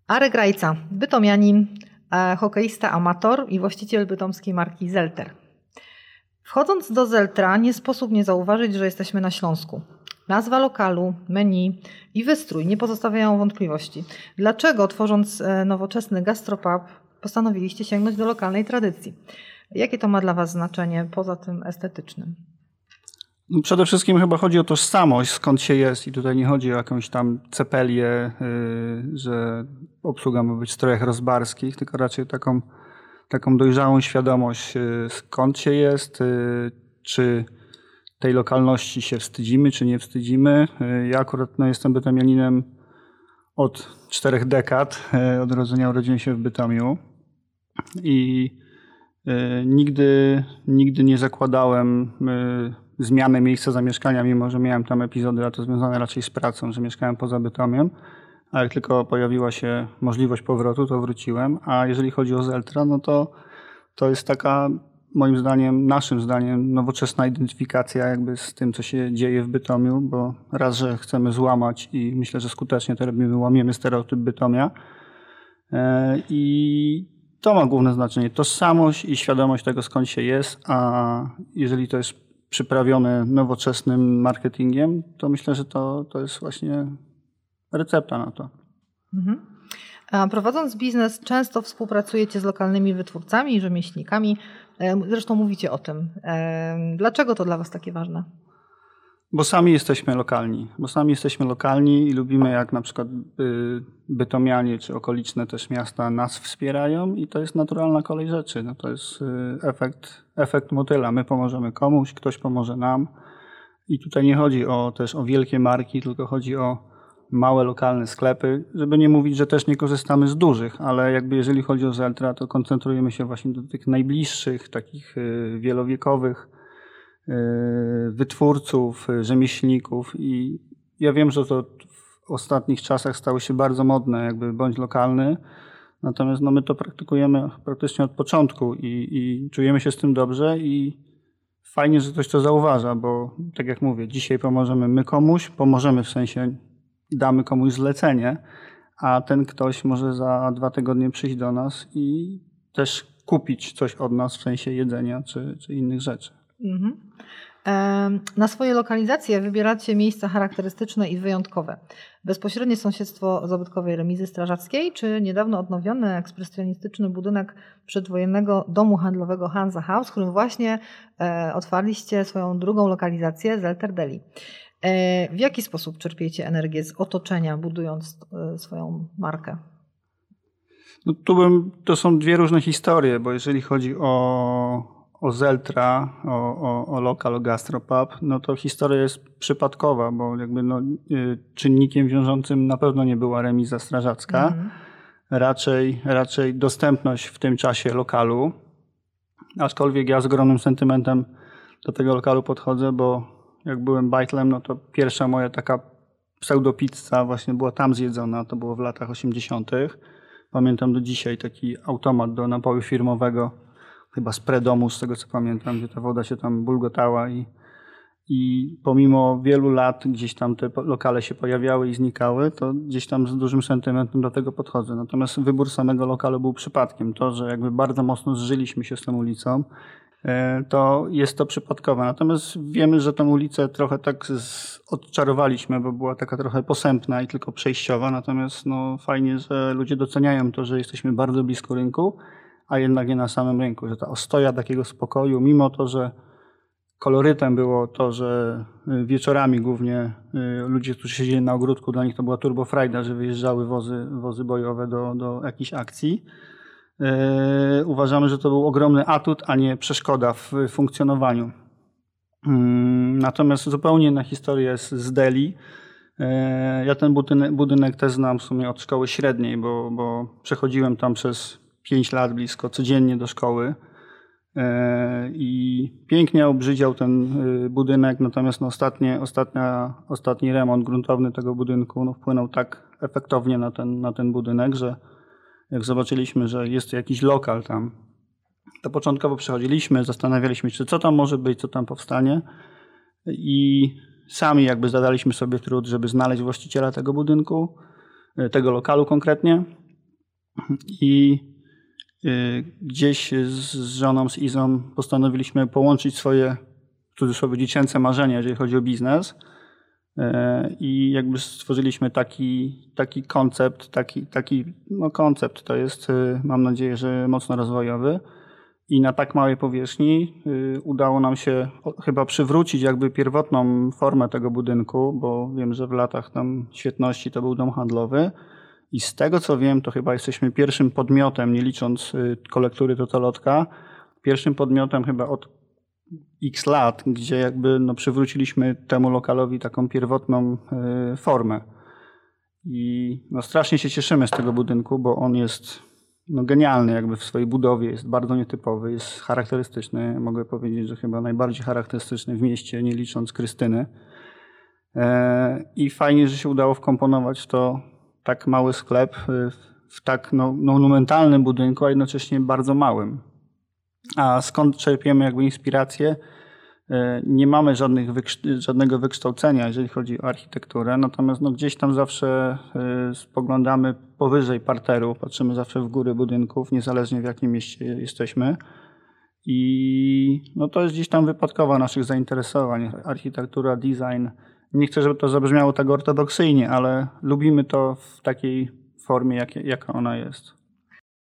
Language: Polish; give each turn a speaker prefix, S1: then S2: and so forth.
S1: Arek Rajca, bytomianin, hokeista amator i właściciel bytomskiej marki Zelter. Wchodząc do Zeltra nie sposób nie zauważyć, że jesteśmy na Śląsku. Nazwa lokalu, menu i wystrój nie pozostawiają wątpliwości. Dlaczego, tworząc nowoczesny gastropub, postanowiliście sięgnąć do lokalnej tradycji? Jakie to ma dla Was znaczenie poza tym estetycznym?
S2: No przede wszystkim chyba chodzi o tożsamość, skąd się jest i tutaj nie chodzi o jakąś tam cepelię, że obsługa ma być w strojach rozbarskich, tylko raczej taką dojrzałą świadomość, skąd się jest, czy tej lokalności się wstydzimy, czy nie wstydzimy. Ja akurat jestem bytomianinem od 4 dekad, od urodzenia urodziłem się w Bytomiu i nigdy nie zakładałem zmiany miejsca zamieszkania, mimo że miałem tam epizody, a to związane raczej z pracą, że mieszkałem poza Bytomiem, a jak tylko pojawiła się możliwość powrotu, to wróciłem. A jeżeli chodzi o Zeltra, no to jest taka, moim zdaniem, naszym zdaniem, nowoczesna identyfikacja jakby z tym, co się dzieje w Bytomiu, bo raz, że chcemy złamać i myślę, że skutecznie to robimy, łamiemy stereotyp Bytomia i to ma główne znaczenie. Tożsamość i świadomość tego, skąd się jest, a jeżeli to jest przyprawione nowoczesnym marketingiem, to myślę, że to jest właśnie recepta na to.
S1: Mhm. A prowadząc biznes, często współpracujecie z lokalnymi wytwórcami i rzemieślnikami. Zresztą mówicie o tym. Dlaczego to dla Was takie ważne?
S2: Bo sami jesteśmy lokalni i lubimy, jak na przykład bytomianie czy okoliczne też miasta nas wspierają i to jest naturalna kolej rzeczy. No to jest efekt motyla. My pomożemy komuś, ktoś pomoże nam i tutaj nie chodzi też o wielkie marki, tylko chodzi o małe, lokalne sklepy, żeby nie mówić, że też nie korzystamy z dużych, ale jakby jeżeli chodzi o Zeltra, to koncentrujemy się właśnie do tych najbliższych, takich wielowiekowych wytwórców, rzemieślników i ja wiem, że to w ostatnich czasach stało się bardzo modne, jakby bądź lokalny, natomiast my to praktykujemy praktycznie od początku i czujemy się z tym dobrze i fajnie, że ktoś to zauważa, bo tak jak mówię, dzisiaj pomożemy komuś, pomożemy w sensie damy komuś zlecenie, a ten ktoś może za 2 tygodnie przyjść do nas i też kupić coś od nas w sensie jedzenia czy innych rzeczy.
S1: Mhm. Na swoje lokalizacje wybieracie miejsca charakterystyczne i wyjątkowe. Bezpośrednie sąsiedztwo zabytkowej remizy strażackiej, czy niedawno odnowiony ekspresjonistyczny budynek przedwojennego domu handlowego Hansa House, w którym właśnie otwarliście swoją drugą lokalizację Zelter Deli. W jaki sposób czerpiecie energię z otoczenia, budując swoją markę?
S2: No to są 2 różne historie, bo jeżeli chodzi o Zeltra, o lokal, o gastropub, no to historia jest przypadkowa, bo jakby czynnikiem wiążącym na pewno nie była remiza strażacka. Raczej dostępność w tym czasie lokalu, aczkolwiek ja z ogromnym sentymentem do tego lokalu podchodzę, bo jak byłem bajtlem, no to pierwsza moja taka pseudopizza właśnie była tam zjedzona, to było w latach 80. Pamiętam do dzisiaj taki automat do napoju firmowego, chyba z predomu, z tego co pamiętam, gdzie ta woda się tam bulgotała i pomimo wielu lat gdzieś tam te lokale się pojawiały i znikały, to gdzieś tam z dużym sentymentem do tego podchodzę. Natomiast wybór samego lokalu był przypadkiem. To, że jakby bardzo mocno zżyliśmy się z tą ulicą, to jest to przypadkowe. Natomiast wiemy, że tę ulicę trochę tak odczarowaliśmy, bo była taka trochę posępna i tylko przejściowa. Natomiast fajnie, że ludzie doceniają to, że jesteśmy bardzo blisko rynku, a jednak nie na samym rynku, że ta ostoja takiego spokoju, mimo to, że kolorytem było to, że wieczorami głównie ludzie, którzy siedzieli na ogródku, dla nich to była turbofrajda, że wyjeżdżały wozy bojowe do jakichś akcji. Uważamy, że to był ogromny atut, a nie przeszkoda w funkcjonowaniu. Natomiast zupełnie inna historia jest z Deli. Ja ten budynek też znam w sumie od szkoły średniej, bo przechodziłem tam przez 5 lat blisko codziennie do szkoły i pięknie obrzydział ten budynek, natomiast ostatni remont gruntowny tego budynku wpłynął tak efektownie na ten budynek, że jak zobaczyliśmy, że jest jakiś lokal tam, to początkowo przychodziliśmy, zastanawialiśmy się, co tam może być, co tam powstanie i sami jakby zadaliśmy sobie trud, żeby znaleźć właściciela tego budynku, tego lokalu konkretnie. I gdzieś z żoną, z Izą postanowiliśmy połączyć swoje, w cudzysłowie, dziecięce marzenia, jeżeli chodzi o biznes. I jakby stworzyliśmy taki koncept, koncept to jest, mam nadzieję, że mocno rozwojowy. I na tak małej powierzchni udało nam się chyba przywrócić jakby pierwotną formę tego budynku, bo wiem, że w latach tam świetności to był dom handlowy. I z tego co wiem, to chyba jesteśmy pierwszym podmiotem, nie licząc kolektury Totolotka, pierwszym podmiotem chyba od x lat, gdzie jakby przywróciliśmy temu lokalowi taką pierwotną formę. I strasznie się cieszymy z tego budynku, bo on jest genialny jakby w swojej budowie, jest bardzo nietypowy, jest charakterystyczny. Mogę powiedzieć, że chyba najbardziej charakterystyczny w mieście, nie licząc Krystyny. I fajnie, że się udało wkomponować w to tak mały sklep w tak monumentalnym budynku, a jednocześnie bardzo małym. A skąd czerpiemy jakby inspirację? Nie mamy żadnego wykształcenia, jeżeli chodzi o architekturę, natomiast gdzieś tam zawsze spoglądamy powyżej parteru, patrzymy zawsze w góry budynków, niezależnie w jakim mieście jesteśmy. I to jest gdzieś tam wypadkowa naszych zainteresowań. Architektura, design. Nie chcę, żeby to zabrzmiało tak ortodoksyjnie, ale lubimy to w takiej formie, jaka ona jest.